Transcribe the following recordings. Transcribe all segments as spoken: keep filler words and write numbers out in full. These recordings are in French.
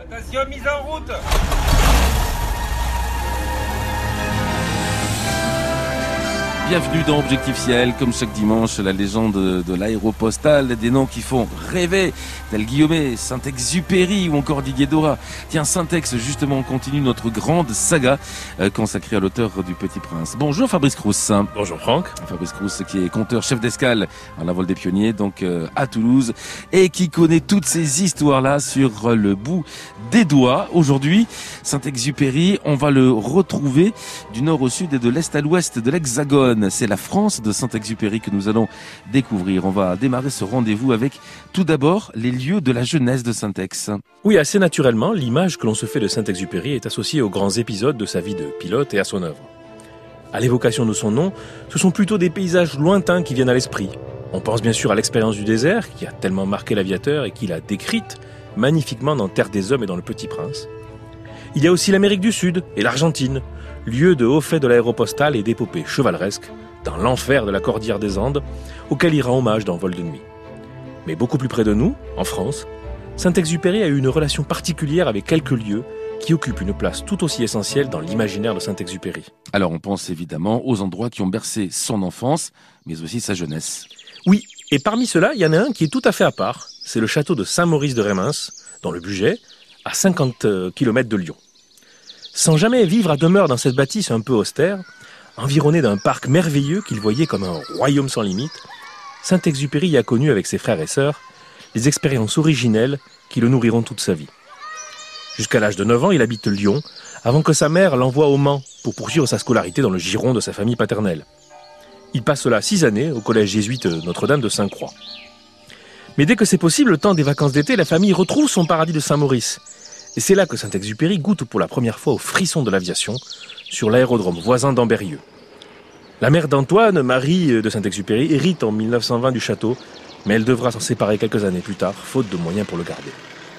Attention, mise en route. Bienvenue dans Objectif Ciel, comme chaque dimanche, la légende de l'aéropostale, des noms qui font rêver, tel Guillaumet, Saint-Exupéry ou encore Didier Dora. Tiens, Saint-Ex, justement, on continue notre grande saga euh, consacrée à l'auteur du Petit Prince. Bonjour Fabrice Crous. Bonjour Franck. Fabrice Crous qui est conteur chef d'escale à la Vol des Pionniers, donc euh, à Toulouse, et qui connaît toutes ces histoires-là sur le bout des doigts. Aujourd'hui, Saint-Exupéry, on va le retrouver du nord au sud et de l'est à l'ouest de l'Hexagone. C'est la France de Saint-Exupéry que nous allons découvrir. On va démarrer ce rendez-vous avec tout d'abord les lieux de la jeunesse de Saint-Ex. Oui, assez naturellement, l'image que l'on se fait de Saint-Exupéry est associée aux grands épisodes de sa vie de pilote et à son œuvre. À l'évocation de son nom, ce sont plutôt des paysages lointains qui viennent à l'esprit. On pense bien sûr à l'expérience du désert qui a tellement marqué l'aviateur et qu'il a décrite magnifiquement dans Terre des Hommes et dans Le Petit Prince. Il y a aussi l'Amérique du Sud et l'Argentine, lieu de haut fait de l'aéropostale et d'épopées chevaleresques dans l'enfer de la Cordillère des Andes, auquel il rend hommage dans Vol de nuit. Mais beaucoup plus près de nous, en France, Saint-Exupéry a eu une relation particulière avec quelques lieux qui occupent une place tout aussi essentielle dans l'imaginaire de Saint-Exupéry. Alors on pense évidemment aux endroits qui ont bercé son enfance, mais aussi sa jeunesse. Oui, et parmi ceux-là, il y en a un qui est tout à fait à part. C'est le château de Saint-Maurice de Rémens, dans le Bugey, à cinquante kilomètres de Lyon. Sans jamais vivre à demeure dans cette bâtisse un peu austère, environné d'un parc merveilleux qu'il voyait comme un royaume sans limite, Saint-Exupéry y a connu avec ses frères et sœurs les expériences originelles qui le nourriront toute sa vie. Jusqu'à l'âge de neuf ans, il habite Lyon, avant que sa mère l'envoie au Mans pour poursuivre sa scolarité dans le giron de sa famille paternelle. Il passe là six années au collège jésuite Notre-Dame de Sainte-Croix. Mais dès que c'est possible, le temps des vacances d'été, la famille retrouve son paradis de Saint-Maurice. Et c'est là que Saint-Exupéry goûte pour la première fois au frisson de l'aviation sur l'aérodrome voisin d'Ambérieu. La mère d'Antoine, Marie de Saint-Exupéry, hérite en mille neuf cent vingt du château, mais elle devra s'en séparer quelques années plus tard, faute de moyens pour le garder.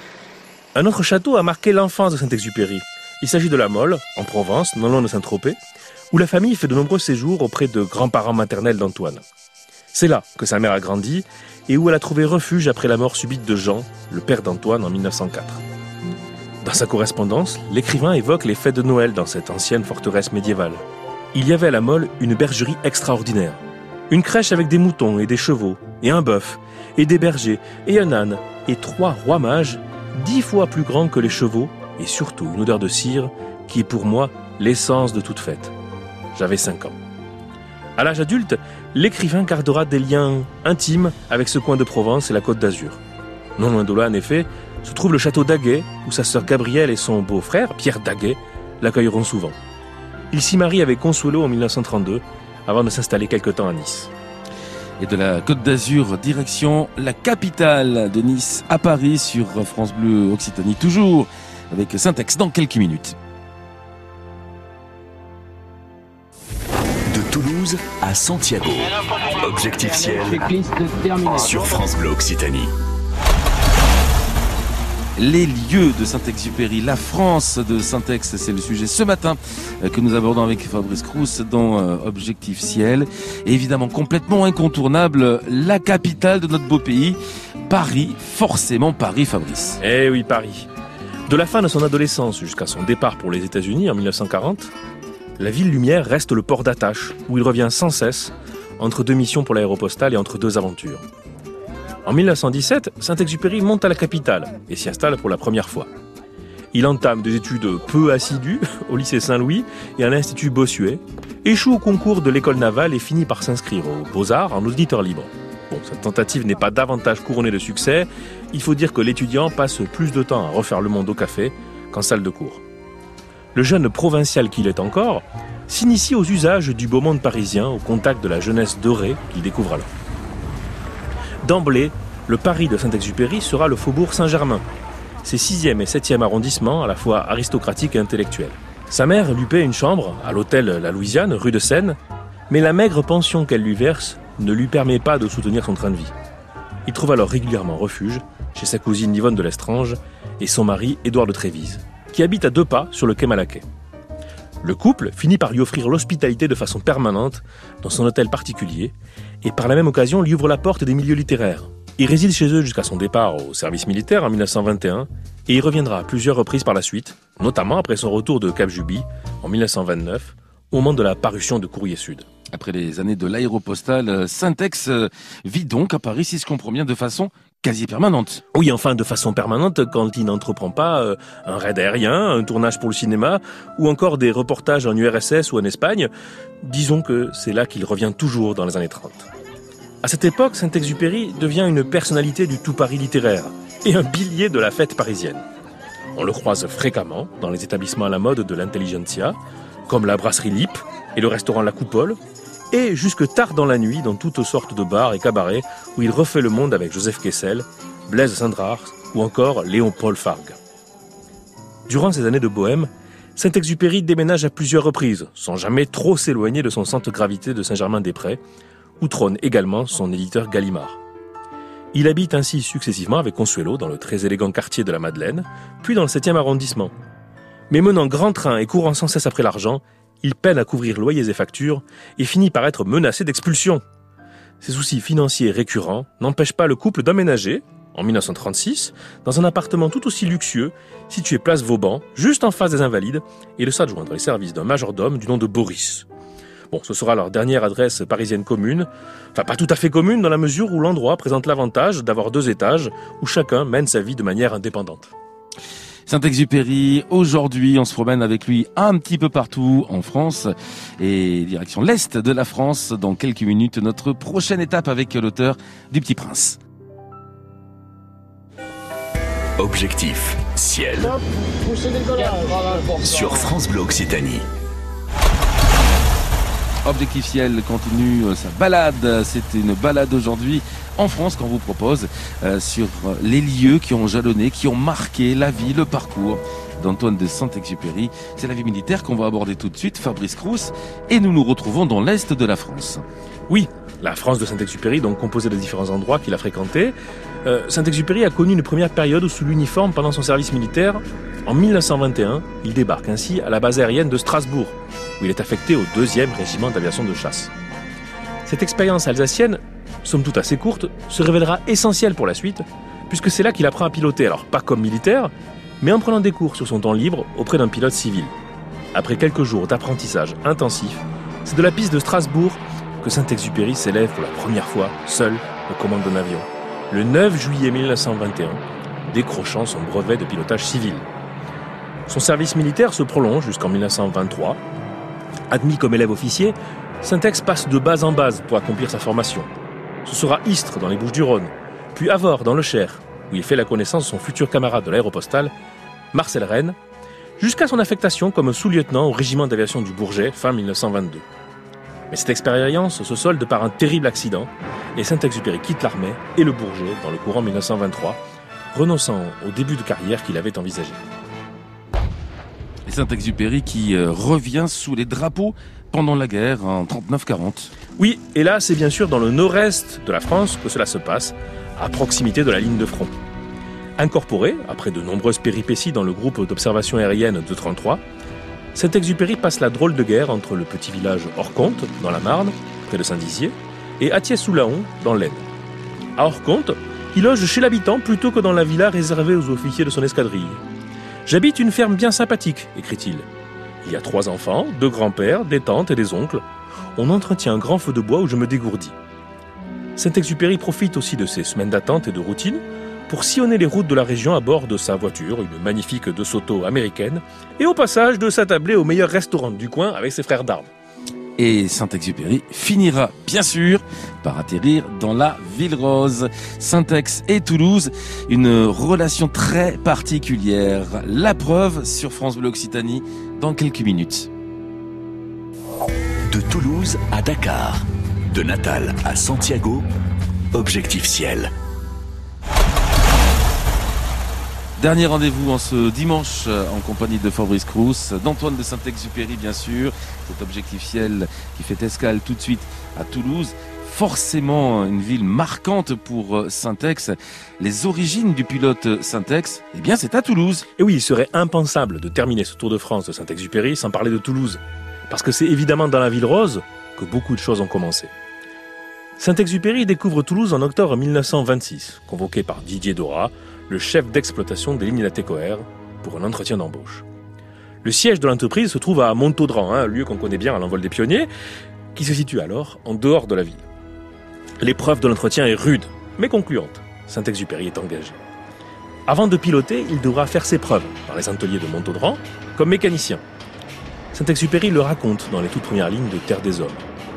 Un autre château a marqué l'enfance de Saint-Exupéry. Il s'agit de La Mole, en Provence, non loin de Saint-Tropez, où la famille fait de nombreux séjours auprès de grands-parents maternels d'Antoine. C'est là que sa mère a grandi et où elle a trouvé refuge après la mort subite de Jean, le père d'Antoine, en mille neuf cent quatre. Dans sa correspondance, l'écrivain évoque les fêtes de Noël dans cette ancienne forteresse médiévale. Il y avait à La Mole une bergerie extraordinaire. Une crèche avec des moutons et des chevaux, et un bœuf, et des bergers, et un âne, et trois rois mages, dix fois plus grands que les chevaux, et surtout une odeur de cire qui est pour moi l'essence de toute fête. J'avais cinq ans. À l'âge adulte, l'écrivain gardera des liens intimes avec ce coin de Provence et la Côte d'Azur. Non loin de là, en effet, se trouve le château d'Aguet, où sa sœur Gabrielle et son beau-frère, Pierre Daguet, l'accueilleront souvent. Il s'y marie avec Consuelo en mille neuf cent trente-deux, avant de s'installer quelque temps à Nice. Et de la Côte d'Azur, direction la capitale de Nice, à Paris, sur France Bleu Occitanie, toujours avec Saint-Ex dans quelques minutes. De Toulouse à Santiago, Objectif Ciel sur France Bleu Occitanie. Les lieux de Saint-Exupéry, la France de Saint-Ex, c'est le sujet ce matin que nous abordons avec Fabrice Crous dans Objectif Ciel. Et évidemment, complètement incontournable, la capitale de notre beau pays, Paris, forcément Paris, Fabrice. Eh oui, Paris. De la fin de son adolescence jusqu'à son départ pour les États-Unis en mille neuf cent quarante, la ville lumière reste le port d'attache où il revient sans cesse entre deux missions pour l'aéropostale et entre deux aventures. En mille neuf cent dix-sept, Saint-Exupéry monte à la capitale et s'y installe pour la première fois. Il entame des études peu assidues au lycée Saint-Louis et à l'Institut Bossuet, échoue au concours de l'école navale et finit par s'inscrire aux Beaux-Arts en auditeur libre. Bon, cette tentative n'est pas davantage couronnée de succès. Il faut dire que l'étudiant passe plus de temps à refaire le monde au café qu'en salle de cours. Le jeune provincial qu'il est encore s'initie aux usages du beau monde parisien au contact de la jeunesse dorée qu'il découvre alors. D'emblée, le Paris de Saint-Exupéry sera le faubourg Saint-Germain, ses sixième et septième arrondissements à la fois aristocratiques et intellectuels. Sa mère lui paie une chambre à l'hôtel La Louisiane, rue de Seine, mais la maigre pension qu'elle lui verse ne lui permet pas de soutenir son train de vie. Il trouve alors régulièrement refuge chez sa cousine Yvonne de Lestrange et son mari Édouard de Trévise, qui habite à deux pas sur le quai Malaquais. Le couple finit par lui offrir l'hospitalité de façon permanente dans son hôtel particulier et par la même occasion lui ouvre la porte des milieux littéraires. Il réside chez eux jusqu'à son départ au service militaire en mille neuf cent vingt et un et il reviendra à plusieurs reprises par la suite, notamment après son retour de Cap Juby en mille neuf cent vingt-neuf, au moment de la parution de Courrier Sud. Après les années de l'aéropostale, Syntex vit donc à Paris, si je comprends bien, de façon quasi permanente. Oui, enfin de façon permanente quand il n'entreprend pas euh, un raid aérien, un tournage pour le cinéma ou encore des reportages en U R S S ou en Espagne. Disons que c'est là qu'il revient toujours dans les années trente. À cette époque, Saint-Exupéry devient une personnalité du tout Paris littéraire et un pilier de la fête parisienne. On le croise fréquemment dans les établissements à la mode de l'intelligentsia, comme la brasserie Lip et le restaurant La Coupole, et jusque tard dans la nuit dans toutes sortes de bars et cabarets où il refait le monde avec Joseph Kessel, Blaise Cendrars ou encore Léon-Paul Fargue. Durant ces années de bohème, Saint-Exupéry déménage à plusieurs reprises, sans jamais trop s'éloigner de son centre de gravité de Saint-Germain-des-Prés, où trône également son éditeur Gallimard. Il habite ainsi successivement avec Consuelo dans le très élégant quartier de la Madeleine, puis dans le septième arrondissement. Mais menant grand train et courant sans cesse après l'argent, il peine à couvrir loyers et factures et finit par être menacé d'expulsion. Ces soucis financiers récurrents n'empêchent pas le couple d'emménager, en mille neuf cent trente-six, dans un appartement tout aussi luxueux, situé place Vauban, juste en face des Invalides, et de s'adjoindre les services d'un majordome du nom de Boris. Bon, ce sera leur dernière adresse parisienne commune, enfin pas tout à fait commune dans la mesure où l'endroit présente l'avantage d'avoir deux étages où chacun mène sa vie de manière indépendante. Saint-Exupéry, aujourd'hui, on se promène avec lui un petit peu partout en France et direction l'Est de la France. Dans quelques minutes, notre prochaine étape avec l'auteur du Petit Prince. Objectif ciel sur France Bleu Occitanie. Objectif Ciel continue sa balade. C'était une balade aujourd'hui en France qu'on vous propose euh, sur les lieux qui ont jalonné, qui ont marqué la vie, le parcours d'Antoine de Saint-Exupéry. C'est la vie militaire qu'on va aborder tout de suite, Fabrice Crous, et nous nous retrouvons dans l'Est de la France. Oui, la France de Saint-Exupéry, donc composée de différents endroits qu'il a fréquentés. Euh, Saint-Exupéry a connu une première période sous l'uniforme pendant son service militaire. En mille neuf cent vingt et un, il débarque ainsi à la base aérienne de Strasbourg, où il est affecté au deuxième régiment d'aviation de chasse. Cette expérience alsacienne, somme toute assez courte, se révélera essentielle pour la suite, puisque c'est là qu'il apprend à piloter, alors pas comme militaire, mais en prenant des cours sur son temps libre auprès d'un pilote civil. Après quelques jours d'apprentissage intensif, c'est de la piste de Strasbourg que Saint-Exupéry s'élève pour la première fois, seul, aux commandes d'un avion, le neuf juillet mille neuf cent vingt et un, décrochant son brevet de pilotage civil. Son service militaire se prolonge jusqu'en mille neuf cent vingt-trois. Admis comme élève officier, Saint-Ex passe de base en base pour accomplir sa formation. Ce sera Istres dans les Bouches-du-Rhône, puis Avord dans le Cher, où il fait la connaissance de son futur camarade de l'aéropostale, Marcel Rennes, jusqu'à son affectation comme sous-lieutenant au régiment d'aviation du Bourget, fin mille neuf cent vingt-deux. Mais cette expérience se solde par un terrible accident, et Saint-Exupéry quitte l'armée et le Bourget dans le courant mille neuf cent vingt-trois, renonçant au début de carrière qu'il avait envisagé. Et Saint-Exupéry qui euh, revient sous les drapeaux pendant la guerre en trente-neuf quarante. Oui, et là c'est bien sûr dans le nord-est de la France que cela se passe, à proximité de la ligne de front. Incorporé, après de nombreuses péripéties dans le groupe d'observation aérienne de trente-trois, Saint-Exupéry passe la drôle de guerre entre le petit village Orconte, dans la Marne, près de Saint-Dizier, et Athiès-sous-Laon, dans l'Aisne. À Orconte, il loge chez l'habitant plutôt que dans la villa réservée aux officiers de son escadrille. « J'habite une ferme bien sympathique », écrit-il. Il y a trois enfants, deux grands-pères, des tantes et des oncles. On entretient un grand feu de bois où je me dégourdis. Saint-Exupéry profite aussi de ces semaines d'attente et de routine pour sillonner les routes de la région à bord de sa voiture, une magnifique De Soto américaine, et au passage de s'attabler au meilleur restaurant du coin avec ses frères d'armes. Et Saint-Exupéry finira, bien sûr, par atterrir dans la Ville Rose. Saint-Ex et Toulouse, une relation très particulière. La preuve sur France Bleu Occitanie dans quelques minutes. De Toulouse à Dakar, de Natal à Santiago, Objectif Ciel. Dernier rendez-vous en ce dimanche en compagnie de Fabrice Crous, d'Antoine de Saint-Exupéry bien sûr, cet Objectif Ciel qui fait escale tout de suite à Toulouse. Forcément une ville marquante pour Saint-Ex. Les origines du pilote Saint-Ex, eh bien c'est à Toulouse. Et oui, il serait impensable de terminer ce Tour de France de Saint-Exupéry sans parler de Toulouse. Parce que c'est évidemment dans la Ville Rose que beaucoup de choses ont commencé. Saint-Exupéry découvre Toulouse en octobre mille neuf cent vingt-six, convoqué par Didier Dora, le chef d'exploitation des lignes Latécoère, pour un entretien d'embauche. Le siège de l'entreprise se trouve à Montaudran, un lieu qu'on connaît bien à l'envol des pionniers, qui se situe alors en dehors de la ville. L'épreuve de l'entretien est rude, mais concluante. Saint-Exupéry est engagé. Avant de piloter, il devra faire ses preuves dans les ateliers de Montaudran comme mécanicien. Saint-Exupéry le raconte dans les toutes premières lignes de Terre des Hommes.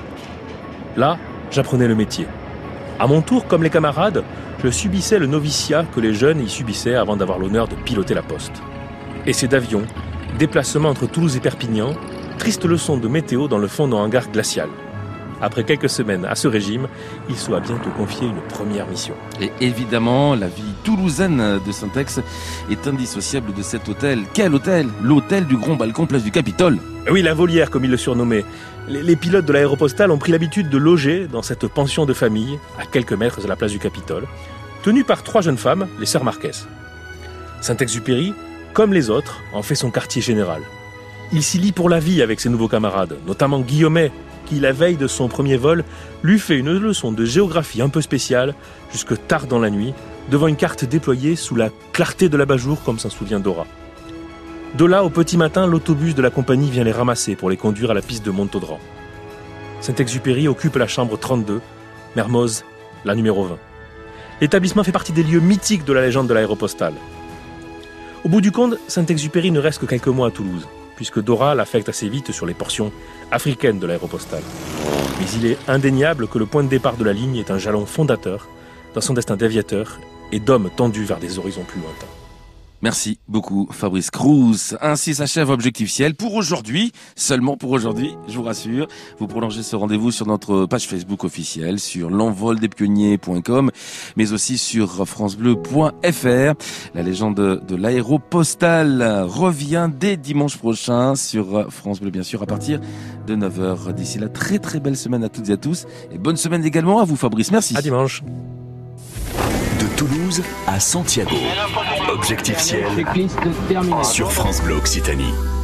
Là, j'apprenais le métier. À mon tour, comme les camarades, je subissais le noviciat que les jeunes y subissaient avant d'avoir l'honneur de piloter la poste. Essais d'avion, déplacement entre Toulouse et Perpignan, triste leçon de météo dans le fond d'un hangar glacial. Après quelques semaines à ce régime, il soit bientôt confié une première mission. Et évidemment, la vie toulousaine de Saint-Ex est indissociable de cet hôtel. Quel hôtel? L'hôtel du Grand Balcon, place du Capitole. Oui, la Volière, comme il le surnommait. Les, les pilotes de l'aéropostale ont pris l'habitude de loger dans cette pension de famille, à quelques mètres de la place du Capitole, tenue par trois jeunes femmes, les sœurs Marquez. Saint-Exupéry, comme les autres, en fait son quartier général. Il s'y lie pour la vie avec ses nouveaux camarades, notamment Guillaumet, qui, la veille de son premier vol, lui fait une leçon de géographie un peu spéciale, jusque tard dans la nuit, devant une carte déployée sous la clarté de l'abat-jour, comme s'en souvient Dora. De là, au petit matin, l'autobus de la compagnie vient les ramasser pour les conduire à la piste de Montaudran. Saint-Exupéry occupe la chambre trente-deux, Mermoz, la numéro vingt. L'établissement fait partie des lieux mythiques de la légende de l'aéropostale. Au bout du compte, Saint-Exupéry ne reste que quelques mois à Toulouse, puisque Dora l'affecte assez vite sur les portions africaines de l'aéropostale. Mais il est indéniable que le point de départ de la ligne est un jalon fondateur dans son destin d'aviateur et d'homme tendu vers des horizons plus lointains. Merci beaucoup Fabrice Cruz. Ainsi s'achève Objectif Ciel pour aujourd'hui, seulement pour aujourd'hui, je vous rassure. Vous prolongez ce rendez-vous sur notre page Facebook officielle, sur l'envol des pionniers point com, mais aussi sur francebleu point f r. La légende de l'aéropostale revient dès dimanche prochain sur France Bleu, bien sûr, à partir de neuf heures. D'ici là, très très belle semaine à toutes et à tous, et bonne semaine également à vous Fabrice, merci. À dimanche. De Toulouse à Santiago. Objectif Ciel sur France Bleu Occitanie.